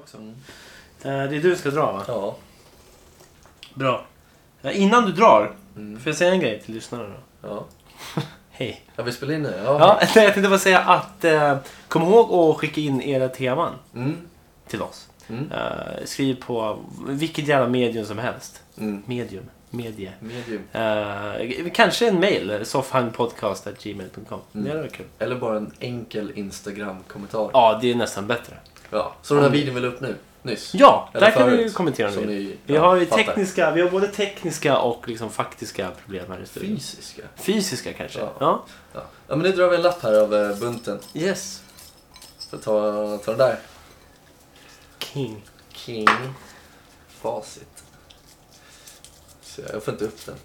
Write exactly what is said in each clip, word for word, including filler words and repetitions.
också. Mm. Uh, det är du ska dra, va? Ja. Bra. Uh, innan du drar, Mm. får jag säga en grej till lyssnarna då? Ja. Hej. Ja, vi spelar in nu. Ja, Ja. jag tänkte bara säga att uh, kom ihåg att skicka in era teman Mm. till oss. Mm. Uh, skriv på vilket jävla medium som helst. Mm. Medium. Medie. Medium. Uh, kanske en mail. soffhangpodcast at gmail dot com. Mm. Det är kul. Eller bara en enkel Instagram-kommentar. Ja, det är nästan bättre. Ja. Så den här videon vi la upp nu. Nyss. Ja, Eller där kan förut, vi kommentera som nu. ni, Vi ja, har ju fattar. tekniska, vi har både tekniska och liksom faktiska problem här i studion. Fysiska. Fysiska kanske. Ja. Ja. Ja. Ja, men nu drar vi en lapp här av eh, bunten. Yes. Så ta, ta den där. King. King. Facit. Så jag får inte upp den.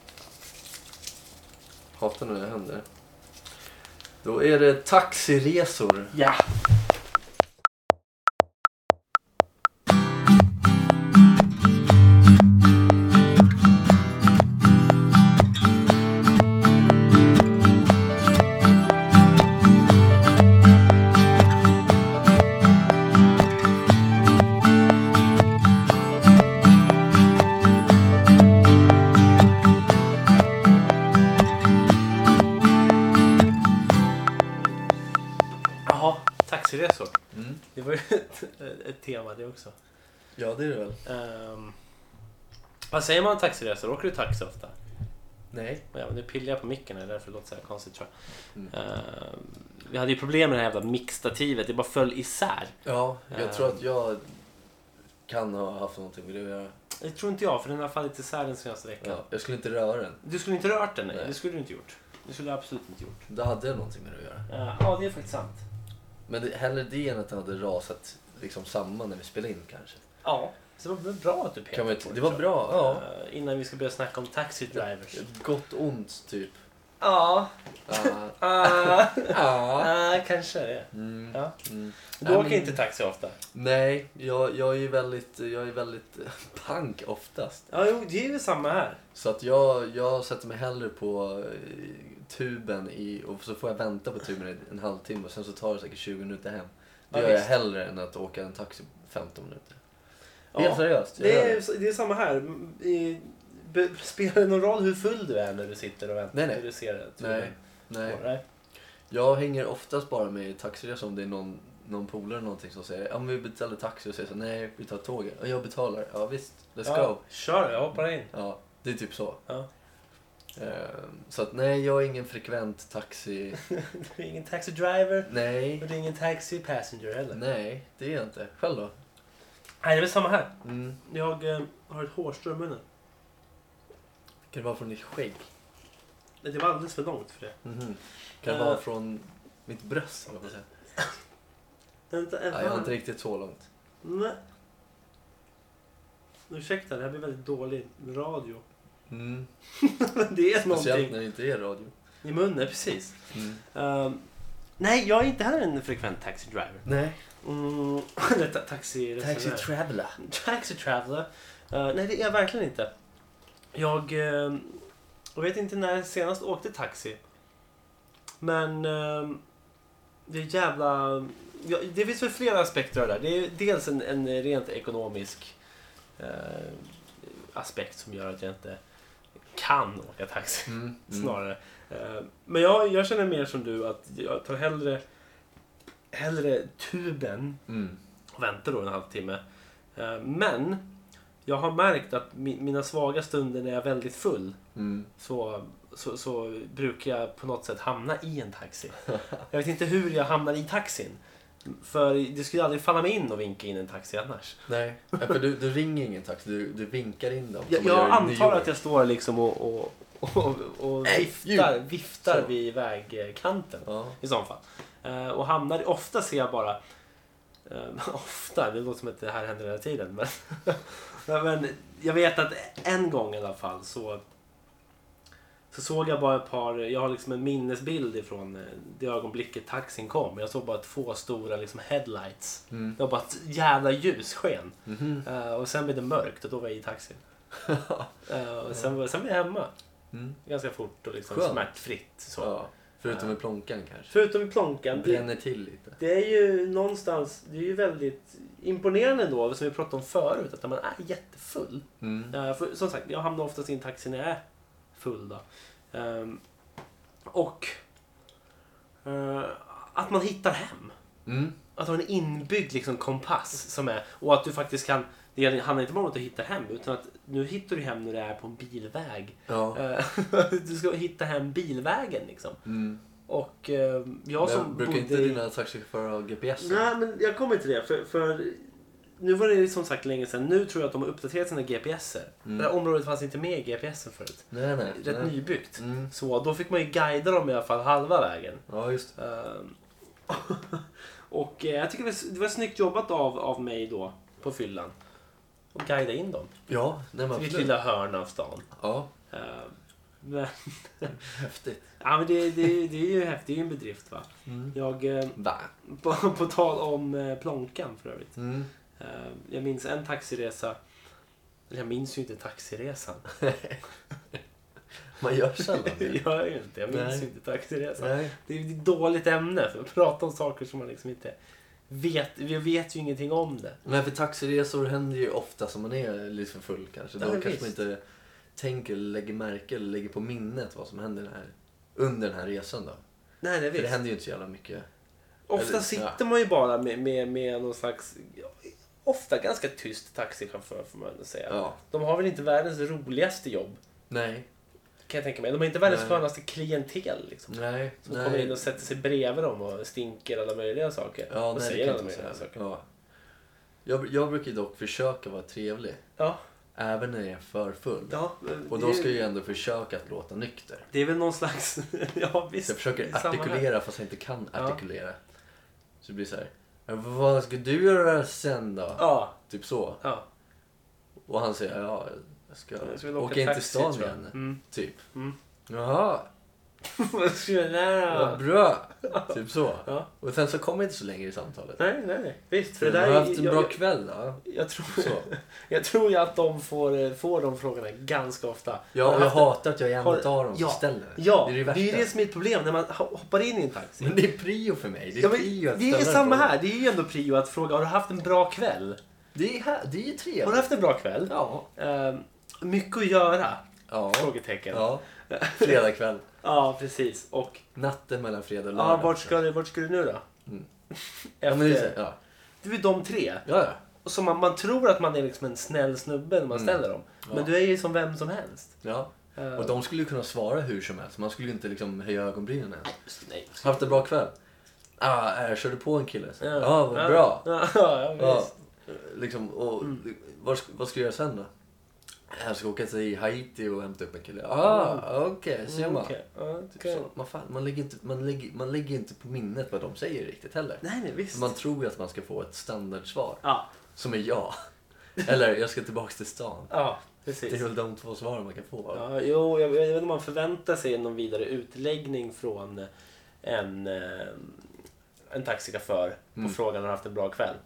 Hatar när det händer. Då är det taxiresor. Ja. Jaha, taxiresor. Mm. Det var ju ett, ett tema det också. Ja, det är det väl. Um, vad säger man om taxiresor? Åker du taxi ofta? Nej. Ja, men nu pillar jag på micken, det är därför det låter så här konstigt tror jag. Mm. Uh, vi hade ju problem med det här jävla mixstativet, det bara föll isär. Ja, jag Ehm. tror att jag kan ha haft någonting med det att göra. Det tror inte jag, för den har fallit isär den senaste veckan. Ja, jag skulle inte röra den. Du skulle inte rört den, nej. Nej. Det skulle du inte gjort. Det skulle du absolut inte gjort. Det hade jag någonting med det att göra. Uh, ja, det är faktiskt sant. Men det, hellre det än att den hade rasat liksom samman när vi spelade in kanske. Ja, så det var bra att du Kan petade man, det var tror bra, jag. ja. Uh, innan vi ska börja snacka om taxi drivers. Ett gott ont typ. Ja, Ah. uh, Ah. uh, kanske det. Mm. Ja. Mm. Du Nej, åker men- inte taxi ofta? Nej, jag, jag är ju väldigt, jag är väldigt pank oftast. Ja, jo, det är ju samma här. Så att jag, jag sätter mig hellre på eh, tuben i, och så får jag vänta på tuben i en halvtimme och sen så tar det säkert tjugo minuter hem. Det Ja, gör jag visst. hellre än att åka en taxi femton minuter. Ja. Helt seriöst. jag Det gör är, det är samma här. I, be, spelar det någon roll hur full du är när du sitter och väntar? Nej, nej. När du ser det? Nej, nej. nej. Jag hänger oftast bara med i taxiresor om det är någon, någon polare eller någonting som säger ja, men vi beställer taxi och säger så nej, vi tar tåget. Och jag betalar. Ja visst, let's Ja, go. kör, jag hoppar in. Ja, det är typ så. Ja. Ehm, så att nej, jag är ingen frekvent taxi. Du är ingen taxi driver. Nej, Och du är ingen taxi passenger heller. nej, det är jag inte. Själv då? Nej, det är väl samma här. Mm. Jag eh, har ett hårstrå i munnen. Kan det vara från ditt skägg? Det var alldeles för långt för det. Mhm. Kan det Eh. vara från mitt bröst? Eller vad säga? Vänta, Nej, jag har inte riktigt så långt. Nej. Ursäkta, det här blir väldigt dålig radio. Mm. Men det är Speciellt någonting när det inte är radio. i munnen, precis. Mm. Um, nej, jag är inte heller en frekvent taxi driver. Nej. Mm, detta, taxi, Taxi resenär. traveler. Taxi traveler. Uh, nej, det är jag verkligen inte. Jag, uh, jag vet inte när jag senast åkte taxi. Men uh, det är jävla... Ja, det finns väl flera aspekter av det där. Det är dels en, en rent ekonomisk uh, aspekt som gör att jag inte kan åka taxi. Mm. Mm. Snarare. Uh, men jag, jag känner mer som du att jag tar hellre, hellre tuben Mm. och väntar då en halvtimme. Uh, men jag har märkt att mi, mina svaga stunder när jag är väldigt full Mm. så, så, så brukar jag på något sätt hamna i en taxi. Jag vet inte hur jag hamnar i taxin. För det skulle aldrig falla mig in och vinka in en taxi annars. Nej, ja, för du, du ringer ingen taxi, du, du vinkar in dem. Jag, som man jag gör i New antar York. att jag står liksom och, och, och, och Nej, viftar, ljud. viftar Så. vid vägkanten. Ja. I så fall. Uh, och hamnar, ofta ser jag bara uh, ofta, det låter som att det här händer hela tiden men, men jag vet att en gång i alla fall så så såg jag bara ett par, jag har liksom en minnesbild ifrån det ögonblicket taxin kom. Jag såg bara två stora liksom headlights. Mm. Det var bara ett jävla ljussken. Mhm. Uh, och sen blev det mörkt och då var jag i taxin. Uh, och sen, sen var jag hemma. Mm. Ganska fort och liksom Skönt. smärtfritt. Så. Ja. Förutom med plånkan kanske. Förutom i plånkan. Bränner till lite. Det är ju någonstans, det är ju väldigt imponerande då, som vi pratade om förut, att när man är jättefull. Mm. Uh, för, som sagt, jag hamnar oftast i en taxi när jag är full då. Um, och uh, att man hittar hem. Mm. Att ha en inbyggd liksom, kompass som är, och att du faktiskt kan, det handlar inte bara om att du hittar hem, utan att nu hittar du hem när du är på en bilväg. Ja. Uh, du ska hitta hem bilvägen liksom. Mm. Och uh, jag som Men brukar bodde inte i... dina taxichaufförer ha G P S? Nej, men jag kommer till det. För, för nu var det som sagt länge sedan. Nu tror jag att de har uppdaterat sina G P S-er. Mm. Det här området fanns inte med i G P S-en förut. Nej, nej. Rätt nej. nybyggt. Mm. Så då fick man ju guida dem i alla fall halva vägen. Ja, just Um, och eh, jag tycker det var, det var snyggt jobbat av, av mig då på fyllan. Och guida in dem. Ja, nej men Till mitt absolut. lilla hörn av stan. Ja, Um, men, häftigt. ja, men det, det, det är ju häftigt. Det är ju en bedrift va. Mm. Jag, eh, Va? på, på tal om eh, plånkan för övrigt. Mm. Uh, jag minns en taxiresa. Eller jag minns ju inte taxiresan. Man gör sällan Det det. gör jag ju inte. Jag minns Nej. ju inte taxiresan. Nej. Det är ett dåligt ämne för att prata om saker som man liksom inte vet. Vi vet ju ingenting om det. Men för taxiresor händer ju ofta som man är lite för full kanske. Då Ja, kanske visst. man inte tänker, lägger märke eller lägger på minnet vad som händer den här, under den här resan då. Nej, det är För det visst. händer ju inte så jävla mycket. Ofta eller- sitter ja. man ju bara med, med, med någon slags... Ofta ganska tyst taxichaufför får man ändå säga. Ja. De har väl inte världens roligaste jobb. Nej. Kan jag tänka mig. De har inte världens Nej. skönaste klientel liksom. Nej. Som nej. kommer in och sätter sig bredvid dem och stinker alla möjliga saker. Ja, och nej, säger det alla kan jag möjliga inte saker. säga. Ja. Jag, jag brukar ju dock försöka vara trevlig. Ja. Även när jag är för full. Ja, Och det då är- ska jag ju ändå försöka att låta nykter. Det är väl någon slags... ja, visst. Så jag försöker Det är samma här. artikulera fast jag inte kan Ja. artikulera. Så det blir så här. Vad ska du göra sen då? Ja, Typ så. ja. Och han säger ja, jag ska Jag skulle åka in till taxi, stan tror jag. igen. Mm. Typ. Mm. Jaha, Vad skulle jag lära? vad bra. Typ så. Ja. Och sen så kommer jag inte så länge i samtalet. Nej, nej, nej. Visst, för För det jag där har är- haft en jag, bra jag, kväll då. jag, tror, Så. jag tror ju att de får, får de frågorna ganska ofta. Ja, Har och jag haft- hatar att jag är en har- av dem ja, som ställer. Ja, det är det det värsta. är ju det som är ett problem när man ho- hoppar in i en taxi. Men det är prio för mig. Det är Ja, men prio att det är ju ställa samma frågor. här. Det är ju ändå prio att fråga, har du haft en bra kväll? Det är, här, det är ju Har du trevligt. haft en bra kväll? Ja. Ehm, mycket att göra? Ja. Frågetecken. Ja, Ja. Fredag kväll. precis. Och Natten mellan fredag och lördag. ja, vart, ska du, vart ska du nu då? Mm. Efter, Ja, men det är så, ja. det är de tre. Ja, ja. Och så man, man tror att man är liksom en snäll snubbe när man Mm. ställer dem. Men Ja. du är ju som vem som helst. Ja. Ehm, Och de skulle ju kunna svara hur som helst. Man skulle ju inte liksom höja ögonbrynen än. Nej. Haft en bra kväll? Ah, jag körde på en kille. Ja, Ja. ah, vad Ja. bra. Ja, ja, Ja. visst. Liksom, och Mm. vad, ska, vad ska jag göra sen då? Jag ska åka till Haiti och hämta upp en kille. Ah, okej, ser Mm, man. okej. Ja, Typ okej. så. Man, fan, man, lägger inte, man, lägger, man lägger inte på minnet vad de säger riktigt heller. Nej, nej, visst. Man tror ju att man ska få ett standardsvar. Ja, Som är ja. Eller jag ska tillbaka till stan. ja, Det precis. är väl de två svaren man kan få. va? Ja, jo, jag, jag vet inte om man förväntar sig någon vidare utläggning från en, eh, en taxichaufför på Mm. frågan om han haft en bra kväll.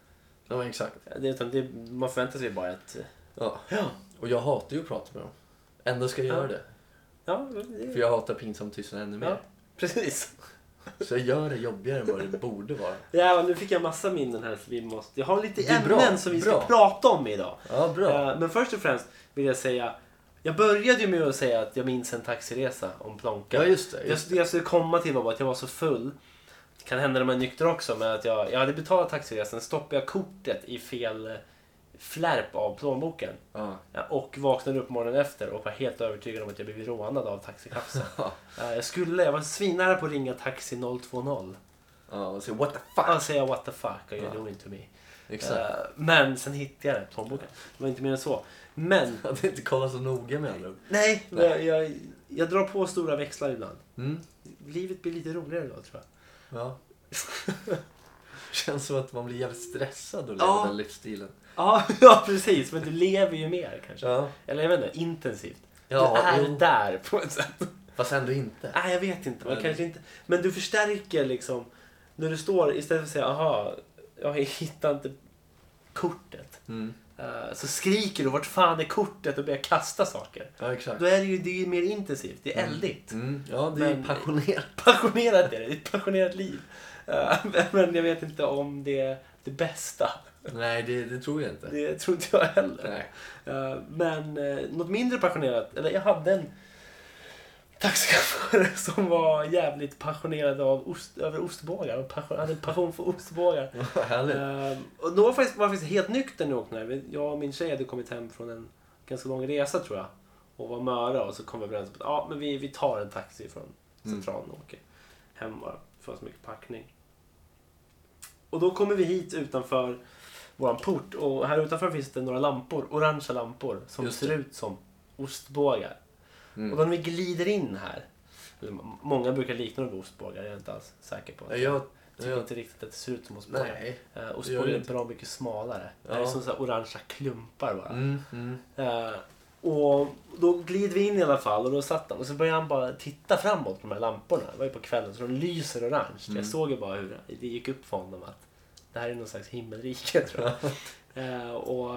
Ja, exakt. Det, utan det, man förväntar sig bara att... Ja. Ja, Och jag hatar ju att prata med dem. Ändå ska jag Ja. göra det. ja, det, För jag hatar pinsam tystnad ännu mer. ja precis. Så jag gör det jobbigare än vad det borde vara. Ja, nu fick jag massa minnen här. För vi måste, jag har lite Det är ämnen bra, som vi bra. ska prata om idag. Ja, bra. Eh, Men först och främst vill jag säga... Jag började ju med att säga att jag minns en taxiresa om plånka. Ja, just det. Jag, Just det jag skulle komma till var bara att jag var så full. Det kan hända när man är nykter också. Men att jag, jag hade betalat taxiresan. Stoppade jag kortet i fel eh, flärp av plånboken. Ja. Ja, och vaknade upp morgonen efter och var helt övertygad om att jag blivit rånad av taxikapseln. Eh, jag skulle, jag var svinnära på att ringa taxi noll två noll. Ja, och så what the fuck. Och säga what the fuck are you Ja. doing to me. Exakt. Eh, men sen hittade jag den plånboken. Det var inte mer än så. Men, Jag hade inte kollat så noga med andra ord. nej, Nej. Jag, jag, jag drar på stora växlar ibland. Mm. Livet blir lite roligare då, tror jag. Ja. Känns som att man blir jävligt stressad och Ja. lever den livsstilen. Ja, ja, precis. Men du lever ju mer kanske. Ja. Eller jag vet inte, intensivt. Ja, du är jo. där på ett sätt. Fast ändå inte. Nej, jag vet inte. Man Men- kanske inte. Men du förstärker liksom. När du står, istället för att säga aha, jag hittar inte kortet. Mm. Uh, så skriker du vart fan är kortet och börjar kasta saker. Ja, exakt. Då är det ju, det är ju mer intensivt, det är eldigt. Mm. Mm. Ja, det är Men- passionerat. Passionerat är det, det är ett passionerat liv. Uh, men jag vet inte om det är det bästa. Nej, det, det tror jag inte. Det tror inte jag heller. Nej. Uh, men uh, något mindre passionerat, eller jag hade en taxichaufför som var jävligt passionerad av ost, över ostbågar och passion, hade en passion för ostbågar. Härligt. Uh, och då var faktiskt, var faktiskt helt nykter nu åkte när jag och min tjej hade kommit hem från en ganska lång resa tror jag. Och var möra och så kom vi överens om att ja, men vi, vi tar en taxi från centralen och åker hem bara för så mycket packning. Och då kommer vi hit utanför våran port och här utanför finns det några lampor, orangea lampor som Just ser det. ut som ostbågar. Mm. Och då när vi glider in här, eller många brukar likna dem vid ostbågar, jag är inte alls säker på. Ja, jag, tycker jag, inte riktigt att det ser ut som ostbågar. nej. Uh, gör ostbågar det är inte. bra mycket smalare. Ja. Det är som så här orangea klumpar bara. Mm, mm. Uh, och då glider vi in i alla fall och då satt han och så började han bara titta framåt på de här lamporna. Det var ju på kvällen så de lyser orange. Mm. Jag såg ju bara hur det gick upp för honom att det här är någon slags himmelrike tror jag. uh, och,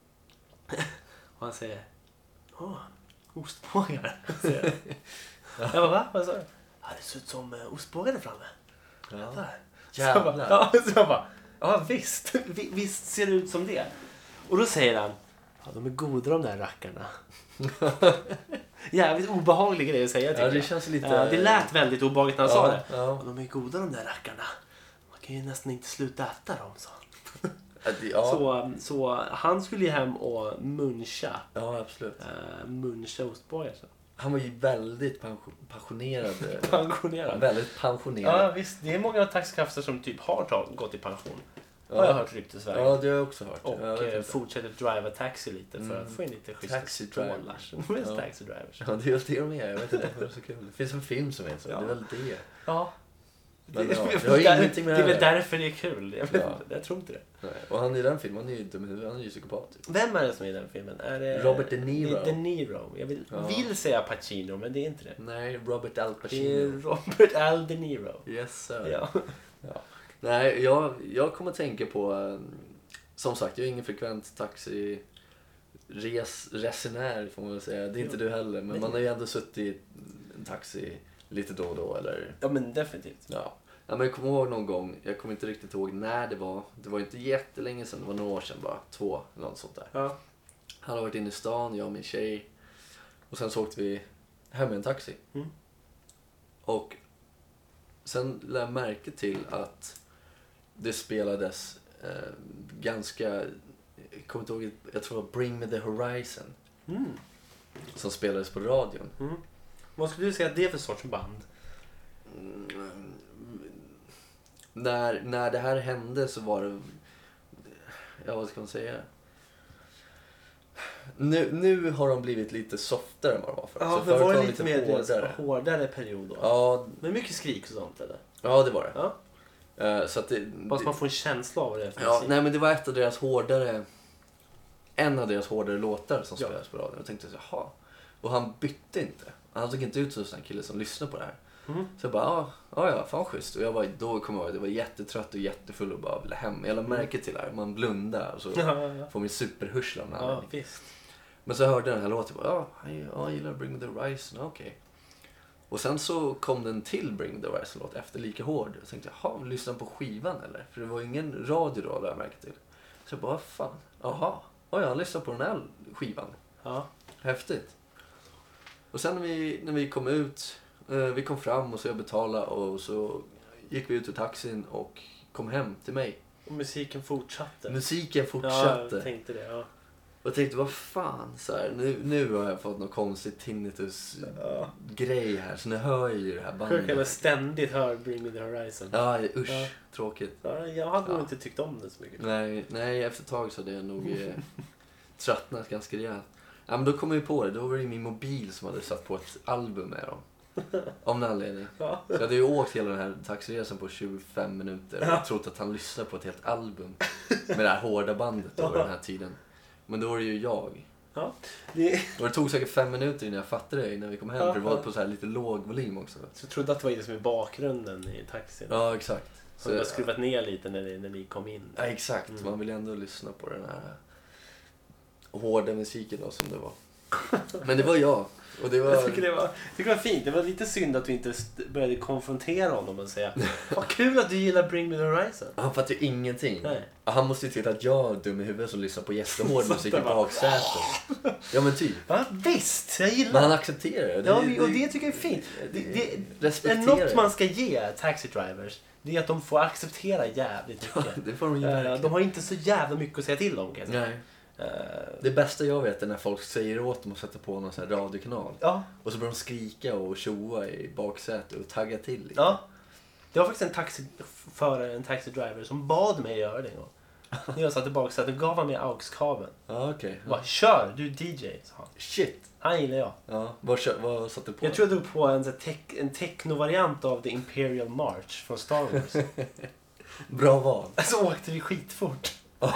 och han säger åh, ostbågar. säger jag bara, va? Vad sa du? Ja, det ser ut som uh, ostbågar där framme. Ja. Där. Så jag bara, Jävlar. ja, så jag bara, ja visst, vi- visst ser det ut som det. Och då säger han, ja de är goda de där rackarna. Jävligt obehaglig grej att säga tycker Ja, det jag. känns lite... Ja, det lät väldigt obehagligt när han sa det. Ja, Och de är goda de där rackarna. Man kan ju nästan inte sluta äta dem, sa han. ja. det- ja. Så, så han skulle ju hem och muncha, ja, absolut. uh, muncha ostbågar. Så. Han var ju väldigt pension- passionerad. eh, Pensionerad. väldigt pensionerad. Ja visst, det är många taxichaufförer som typ har tag- gått i pension. Ja. Har jag hört ryktesvägen. Ja, det har jag också hört. Och jag vet eh, inte. fortsätter driva taxi lite för Mm. att få in lite schyssta Taxi driver. stålar. De är Ja. taxi drivers. Ja, det är just det de är. Jag vet inte, det är så kul. Det finns en film som heter så. Ja. Det är väl det. Ja. Men det, ja, det, det har ju där- ingenting med det är det väl här. därför det är kul. Jag, vet, Ja. inte, jag tror inte det. Nej. Och han i den filmen, han är ju dum i huvudet. Han är ju psykopat. Typ. Vem är det som är i den filmen? Är det Robert De Niro. Det är De Niro. Jag vill, Ja. vill säga Pacino, men det är inte det. Nej, Robert Al Det är Pacino. Robert Al De Niro. Yes, sir. Ja. Ja. Nej, jag, jag kommer att tänka på... eh, Som sagt, jag är ingen frekvent taxi... Res, resenär får man väl säga. Det är inte Jo. du heller. Men Nej. man har ju ändå suttit i en taxi lite då och då. Eller, ja, men definitivt. ja. Ja, men jag kommer ihåg någon gång, jag kommer inte riktigt ihåg när det var. Det var inte jättelänge sedan, det var några år sedan bara. Två eller något sånt där. Ja. Han hade varit inne i stan, jag och min tjej. Och sen så åkte vi hem med en taxi. Mm. Och sen lade jag märke till att det spelades eh, ganska... Jag kommer inte ihåg, jag tror det var Bring Me The Horizon. Mm. Som spelades på radion. Mm. Vad skulle du säga att det är för sorts band? Mm, när, när det här hände så var det... Ja, vad ska man säga? Nu, nu har de blivit lite softare än vad de var förut. Ja, Så men var förut det de lite mer hårdare. hårdare. hårdare period då? Ja, Men mycket skrik och sånt eller? ja, det var det. Ja. Eh, så att det, Bara så man får en känsla av vad det är för ja, musik. nej, men det var ett av deras hårdare... En av deras hårdare låtar som Ja. spelades på radion. Jag tänkte så, jaha. Och han bytte inte. Han såg inte ut som en kille som lyssnar på det här. Mm. Så jag bara, ja, ja, ja, fan schysst. Och jag var, då kom jag ihåg, jag var jättetrött och jättefull och bara ville hem. Jag lade märke till det här. Man blundar och så Ja, ja, ja. får min superhursla av någon Ja, anledning. visst. Men så hörde jag den här låten och bara, ja, jag- ja, jag gillar Bring Me The Horizon, okej. Och sen så kom den till Bring Me The Horizon-låt efter lika hård. Jag tänkte, jaha, lyssnar på skivan eller? För det var ingen radio då, där jag märkte till. Så jag bara, vad fan, jaha. Oj, han lyssnar på den här skivan. Ja. Häftigt. Och sen när vi, när vi kom ut, eh, vi kom fram och så jag betalade och så gick vi ut ur taxin och kom hem till mig. Och musiken fortsatte. Musiken Ja, fortsatte. jag tänkte det. Ja. Och jag tänkte, vad fan, så här, nu, nu har jag fått någon konstig tinnitus-grej här. Så nu hör jag ju det här Sjukt jag bandet. ständigt hör Bring Me The Horizon. Ja, usch, Ja. tråkigt. Ja, jag hade nog Ja. inte tyckt om det så mycket. Nej, nej, efter ett tag så hade jag nog eh, tröttnat ganska rejält. Ja, men då kom jag ju på det. Då var det ju min mobil som hade satt på ett album med dem. Om någon anledning. Ja. Så jag hade ju åkt hela den här taxiresan på tjugofem minuter och Ja. trott att han lyssnade på ett helt album med det här hårda bandet då vid den här tiden. Men då var det ju jag. Ja. Det, Och det tog säkert fem minuter innan jag fattade det innan vi kom hem. Ja, för det var ja. på så här lite låg volym också. så jag trodde att det var det som i bakgrunden i taxin. Ja, exakt. Så jag har skruvat ner lite när ni, när ni kom in. Ja, exakt. Mm. Man vill ju ändå lyssna på den här hårda musiken då som det var. Men det var jag. Och det var... Jag tycker det var, tycker det var fint. Det var lite synd att vi inte började konfrontera honom och säga vad kul att du gillar Bring Me The Horizon. Han fattar ju ingenting. Nej. Han måste ju tycka att jag är dum i huvudet som lyssnar på jättehård musik i baksätet. Ja men typ. Ja, visst, jag gillar Men han accepterar det. det. Ja, men, och det tycker jag är fint. Det, det, det är något man ska ge taxi drivers. Det är att de får acceptera jävligt mycket. Ja, det får de ju Uh, verkligen. de har inte så jävla mycket att säga till om. Kan jag säga. Nej. Uh, Det bästa jag vet är när folk säger åt dem att sätta på någon sån här radiokanal. ja, Och så börjar de skrika och tjoa i baksätet och tagga till lite. ja. Det var faktiskt en taxiförare, en taxidriver som bad mig göra det en gång. När jag satt i baksätet och gav han mig aux-kabeln. Ja, okej. Okay. Bara, kör, du är D J, sa han. Shit. Han gillar jag. Ja, vad, kö- vad satte du på? Jag tror jag drog på en, så här tech, en techno-variant av The Imperial March från Star Wars. Bra val. Så åkte vi skitfort.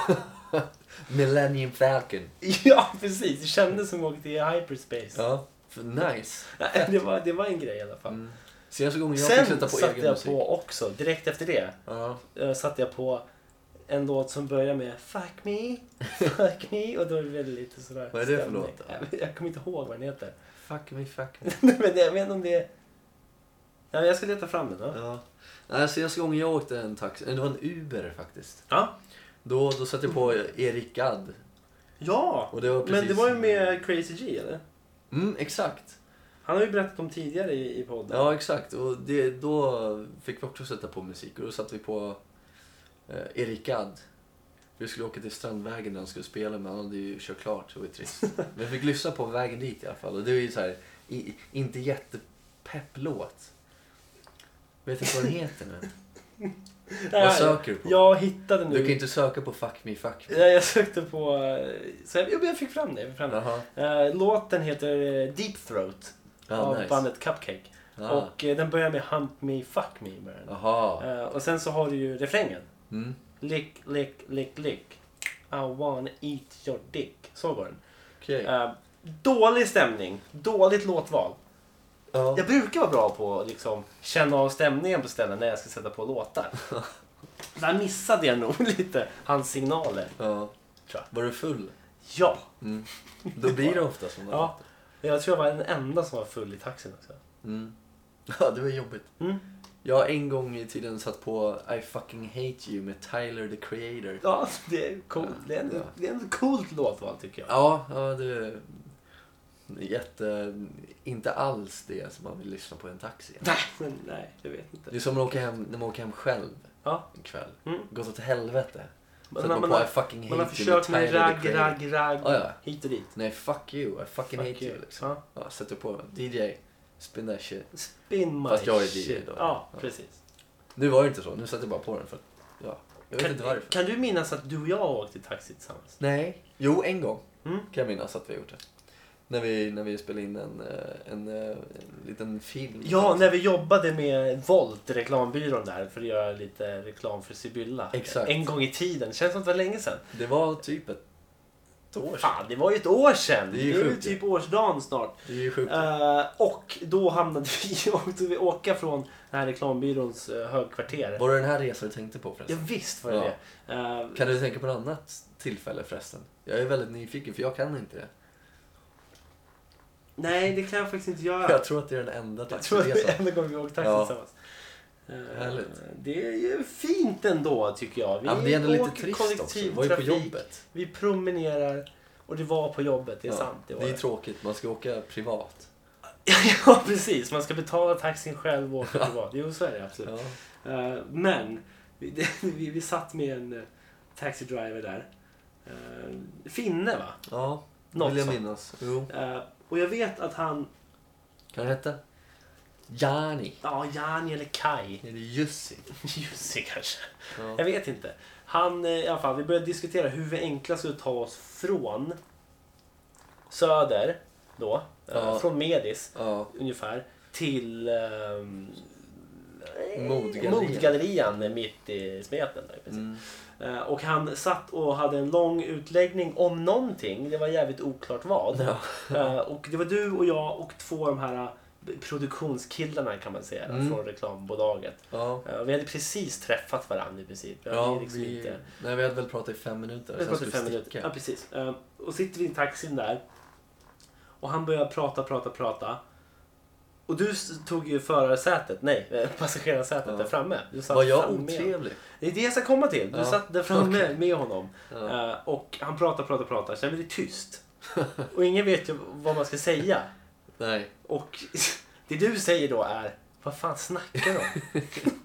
Millennium Falcon. Ja, precis. Det kändes som att vi åkte i hyperspace. Ja, för nice. det, var, det var en grej i alla fall. Mm. Senaste gången jag fick Sen sätta på satte egen jag musik. på också, direkt efter det, Ja. uh, satte jag på en låt som börjar med Fuck me, fuck me, och då är det lite sådär. Vad är det för stämning. låt då? Jag, jag kommer inte ihåg vad den heter. Fuck me, fuck me. Men jag vet inte om det är... Ja, men jag ska leta fram den. Ja. Ja. Nej, senaste gången jag åkte en taxi, det var en Uber faktiskt. Ja. Då, då satte jag på Erik Gadd. Ja, Och det var precis... men det var ju med Crazy G, eller? Mm, exakt. Han har ju berättat om tidigare i, i podden. Ja, exakt. Och det, då fick vi också sätta på musik. Och då satte vi på eh, Erik Gadd. Vi skulle åka till Strandvägen när han skulle spela, men han hade ju kört klart, så det var trist. Men vi fick lyssna på vägen dit i alla fall. Och det är ju så här, i, inte jättepepp låt. Vet inte vad den heter nu? Nej, Vad söker du på? Jag hittade nu. Du kan inte söka på Fuck Me, Fuck Me. Ja, jag sökte på... Så jag, jag fick fram det. Jag fick fram det. Jaha. Uh, låten heter uh, Deep Throat Ja, av nice. bandet Cupcake. Ja. Och uh, den börjar med Hump Me, Fuck Me. börjar den. Jaha. Uh, och sen så har du ju refrängen. Mm. Lick, lick, lick, lick. I wanna eat your dick. Så går den. Okej. Uh, dålig stämning. Dåligt låtval. Ja. Jag brukar vara bra på att liksom känna av stämningen på ställen när jag ska sätta på låtar. Där missade jag nog lite hans signaler. Ja. Tror jag. Var du full? Ja. Mm. Då blir det ofta som det Ja. Jag tror jag var den enda som var full i taxin också. Mm. Ja, det var jobbigt. Mm. Jag har en gång i tiden satt på I fucking hate you med Tyler the Creator. Ja, det är coolt. Det är en, Ja. det är en coolt låtval tycker jag. Ja, ja det är jätte... Inte alls det som man vill lyssna på i en taxi. Nej, men nej, jag vet Det inte. är som att åka hem, när man åker hem själv Ja. en kväll. Mm. Gått åt helvete. Man, Sätter man, man, man, på I har, fucking man har hate you med försökt med Tyler ragg, the Creator. ragg, ragg, Ja, ja. hit och dit. Nej, fuck you. I fucking Fuck hate you. Liksom. Ja. Ja, sätter på D J. Spin that shit. Spin my Fast jag är D J shit. då. Ja, Ja. precis. Nu var det inte så. Nu satte jag bara på den för att... Ja. Jag vet Kan, inte varför. kan du minnas att du och jag åkte taxi tillsammans? Nej. Jo, en gång Mm. kan jag minnas att vi har gjort det. När vi, när vi spelade in en, eh, en, eh, en liten film. Ja, när vi jobbade med Volt, reklambyrån där, för att göra lite reklam för Sibylla. Exakt. En gång i tiden. Känns som att det var länge sedan. Det var typ ett år sedan. Fan, det var ju ett år sedan. Det är Det ju är ju sjukt. typ årsdagen snart. Det är ju sjukt. Uh, och då hamnade vi, åkte vi åka från den här reklambyråns uh, högkvarter. Var det den här resan du tänkte på Ja, förresten? visst var det Ja. det. Uh, Kan du tänka på något annat tillfälle förresten? Jag är väldigt nyfiken för jag kan inte det. nej, det kan jag faktiskt inte göra. Jag tror att det är den enda Jag tror att det är taxiresan. enda gången vi åkte taxi Ja. tillsammans. Uh, Härligt. det är ju fint ändå tycker jag. Vi Ja, men det är ändå lite åker trist också. Det var ju på kollektivtrafik, jobbet. vi promenerar och det var på jobbet, det är Ja, sant. Det, var Det är tråkigt, man ska åka privat. ja, precis. Man ska betala taxin själv och åka privat. Jo, så är det absolut. Ja. Uh, men vi, det, vi, vi satt med en uh, taxidriver där. Uh, Finne, va? Ja, Något vill jag sånt. minnas. Jo. Uh, och jag vet att han... Kan det heta? Jani. Ja, Jani eller Kai. Är det Jussi? Jussi kanske. Ja. Jag vet inte. Han, eh, i alla fall, vi började diskutera hur vi enklast skulle ta oss från Söder då, eh, Ja. från Medis Ja. ungefär, till um, Modgallerian. Modgallerian mitt i smeten. Där, i princip. Mm. Eh, och han satt och hade en lång utläggning om någonting. Det var jävligt oklart vad. Ja. Eh, och det var du och jag och två av de här produktionskillarna kan man säga Mm. från reklambolaget. Ja. Uh, vi hade precis träffat varandra i princip. Jag Ja, hade liksom vi, inte... nej, vi hade väl pratat i fem minuter. Vi sen pratade i skulle fem vi minuter. sticka. Ja, precis. Uh, och sitter vi i taxin där. Och han börjar prata, prata, prata. Och du s- tog ju förarsätet, nej, eh, passagerarsätet Ja. där framme. Du satt Var jag framme med. otrevlig? Det är det jag ska komma till. Du Ja. satt där framme Okej. med honom. Ja. Uh, och han pratar, pratar, pratar. Sen blir det tyst. Och ingen vet ju vad man ska säga. Nej. Och det du säger då är, vad fan snackar du om?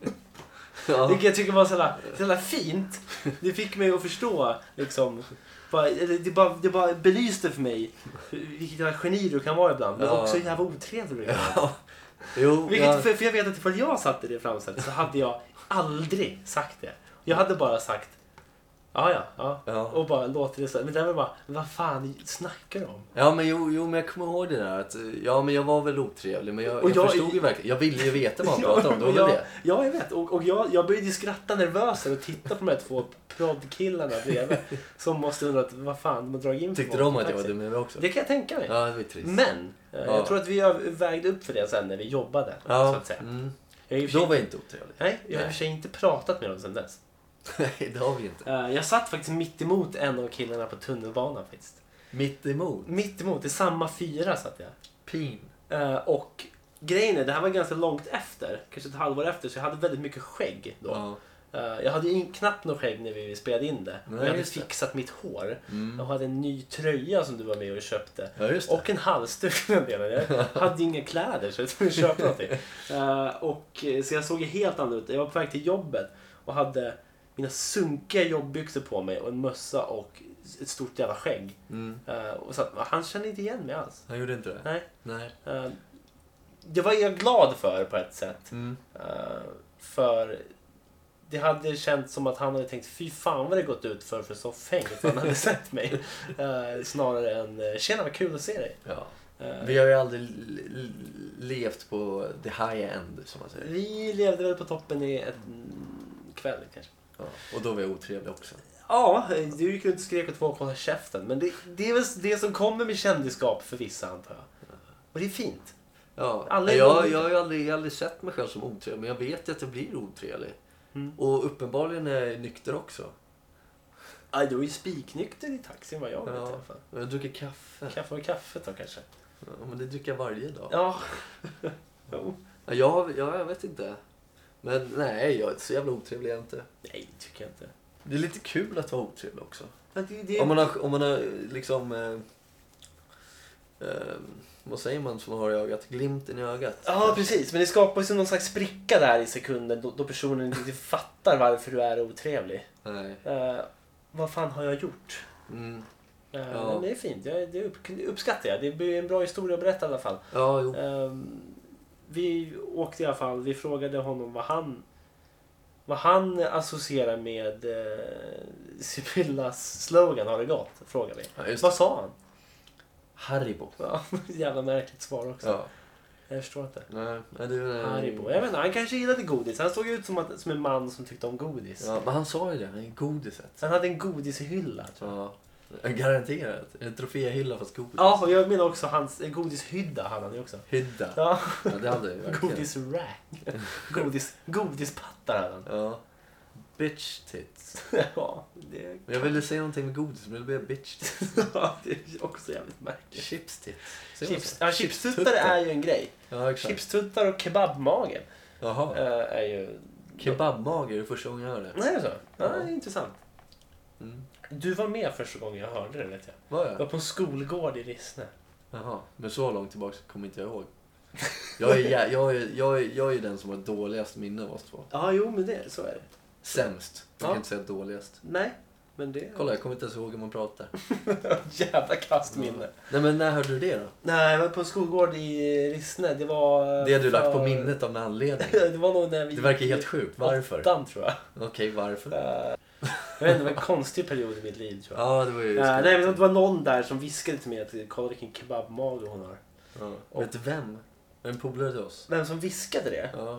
Ja. Vilket jag tycker var så jävla, så jävla fint. Det fick mig att förstå, liksom. Bara, eller det, bara, det bara belyste för mig vilket jävla geni du kan vara ibland. Men Ja. också jävla otrevlig du kan vara. Ja. Jo, Vilket, ja. för, för jag vet att ifall jag satt i det framstället så hade jag aldrig sagt det. Jag hade bara sagt, ja ja, ja. Ja. Och bara låter det så. Men det var bara, vad fan snackar du om? Ja, men jo, jo, men jag kommer ihåg det där att, ja, men jag var väl otrevlig, men jag, Och jag, jag- förstod ju verkligen, jag ville ju veta vad han Ja, pratade om, det var väl jag, det. ja, jag vet. Och, och jag, jag började skratta nervösare och titta på de här två proddkillarna bredvid. Som måste undra att, vad fan, de drar in för Tyckte folk de i att jag var taxi. dum i huvudet också? Det kan jag tänka mig. Ja, det var ju trist. Men, eh, Ja. jag tror att vi har vägde upp för det sen när vi jobbade. Så Ja, att säga. mm. Jag har i och för Då sig- var jag inte otrevlig. Nej, jag har i och Nej. för sig inte pratat med dem sen dess. Nej, det har vi inte. Eh, jag satt faktiskt mitt emot en av killarna på tunnelbanan faktiskt. Mitt emot. Mitt emot, i samma fyra satt jag. Pin. Eh, och grejen är, det här var ganska långt efter, kanske ett halvår efter, så jag hade väldigt mycket skägg då. Ja. Eh, jag hade ju in- knappt något skägg när vi spelade in det. Nej, jag hade just det. fixat mitt hår. Mm. Jag hade en ny tröja som du var med och köpte. Ja, just det. Och en halsduk med den delen. Jag hade inga kläder så jag tvungen att köpa någonting. Eh, och, eh, så jag såg ju helt annorlunda ut. Jag var på väg till jobbet och hade mina sunkiga jobbbyxor på mig och en mössa och ett stort jävla skägg. Mm. Eh, och så, att- han kände inte igen mig alls. Han gjorde inte det? Nej. Nej. Eh, det var jag glad för på ett sätt. Mm. Eh, för det hade känts som att han hade tänkt, fy fan vad det gått ut för för så fängt han hade sett mig. Eh, snarare än, eh, tjena vad kul att se dig. Ja. Eh, Vi har ju aldrig l- l- levt på the high end, som man säger. Vi levde väl på toppen i en kväll kanske. Ja. Och då var jag otrevlig också. Ja, du gick runt och skrek åt folk hålla käften. Men det, det är väl det som kommer med kändisskap för vissa, antar jag. Och det är fint. Ja. Alla är jag, olika. jag har ju aldrig, aldrig sett mig själv som otrevlig, men jag vet ju att jag blir otrevlig. Mm. Och uppenbarligen är jag nykter också. Aj, du är ju spiknykter i taxin vad jag vet i Ja. alla fall. Jag dricker kaffe. Kaffe och kaffet då kanske. Ja, men det dricker jag varje dag. Ja. Jo. Ja, jag, ja, jag vet inte. Men nej, jag är så jävla otrevlig är jag inte. Nej, det tycker jag inte. Det är lite kul att vara otrevlig också. Men det, det... Om man har, om man har liksom... Eh, eh, vad säger man som har i ögat? Glimten i ögat. Ja, precis. Men det skapar ju någon slags spricka där i sekunden då, då personen inte fattar varför du är otrevlig. Nej. Uh, vad fan har jag gjort? Mm. Uh, Ja. Men det är fint. Jag, det upp, uppskattar jag. Det blir en bra historia att berätta i alla fall. Ja, jo. Um, vi åkte i alla fall, vi frågade honom vad han vad han associerar med uh, Sibyllas slogan, har det gått? Frågade vi. Ja, just Vad sa han? Haribo. Ja, jävla märkligt svar också. Ja. Jag förstår inte. Nej, men det är... Haribo. Jag vet inte, han kanske gillade godis. Han såg ut som, att, som en man som tyckte om godis. Ja, men han sa ju det. Han är godiset. Han hade en godishylla, tror jag. Ja. Garanterat. En troféhylla fast godis. Ja, och jag menar också hans en godishydda hade han ju också. Hydda. Ja, Ja, det hade jag verkligen. godisrack. Godis, godispattar hade han. Ja. Bitch tits. Ja, det, Men jag ville säga någonting med godis, men det blev bitch tits. ja, det är också jävligt märkligt. Chips tits. Säger man Chips, så? ja, chipstuttar är ju en grej. Ja, exakt. Chipstuttar och kebabmage Jaha. eh, är ju... Kebabmage är det första gången jag hör det. Nej, är det så? Ja, Ja. det är intressant. Mm. Du var med första gången jag hörde det, vet jag. Var Jag var jag? på en skolgård i Rissne. Jaha. Men så långt tillbaka kommer inte jag ihåg. Jag är, jä- jag är, jag är, jag är den som har dåligast minne av oss två. Ja, jo, men det, så är det. Sämst. Jag Ja. kan inte säga dåligast. Nej, men det... Kolla, jag kommer inte ens ihåg hur man pratar. Jävla kastminne. Nej, men när hörde du det då? Nej, jag var på en skolgård i Rissne. Det var... Det har du lagt på för- minnet av en anledning. Det var nog när vi... Det verkar helt sjukt. Varför? Åttan, tror jag. Okej, varför? Eh, Jag vet inte, det var en konstig period i mitt liv, tror jag. Ja, det var ju... Eh, nej, men det var någon där som viskade till mig att kolla vilken kebabmage hon har. Ja. Vet du vem? En polare till oss. Vem som viskade det? Ja.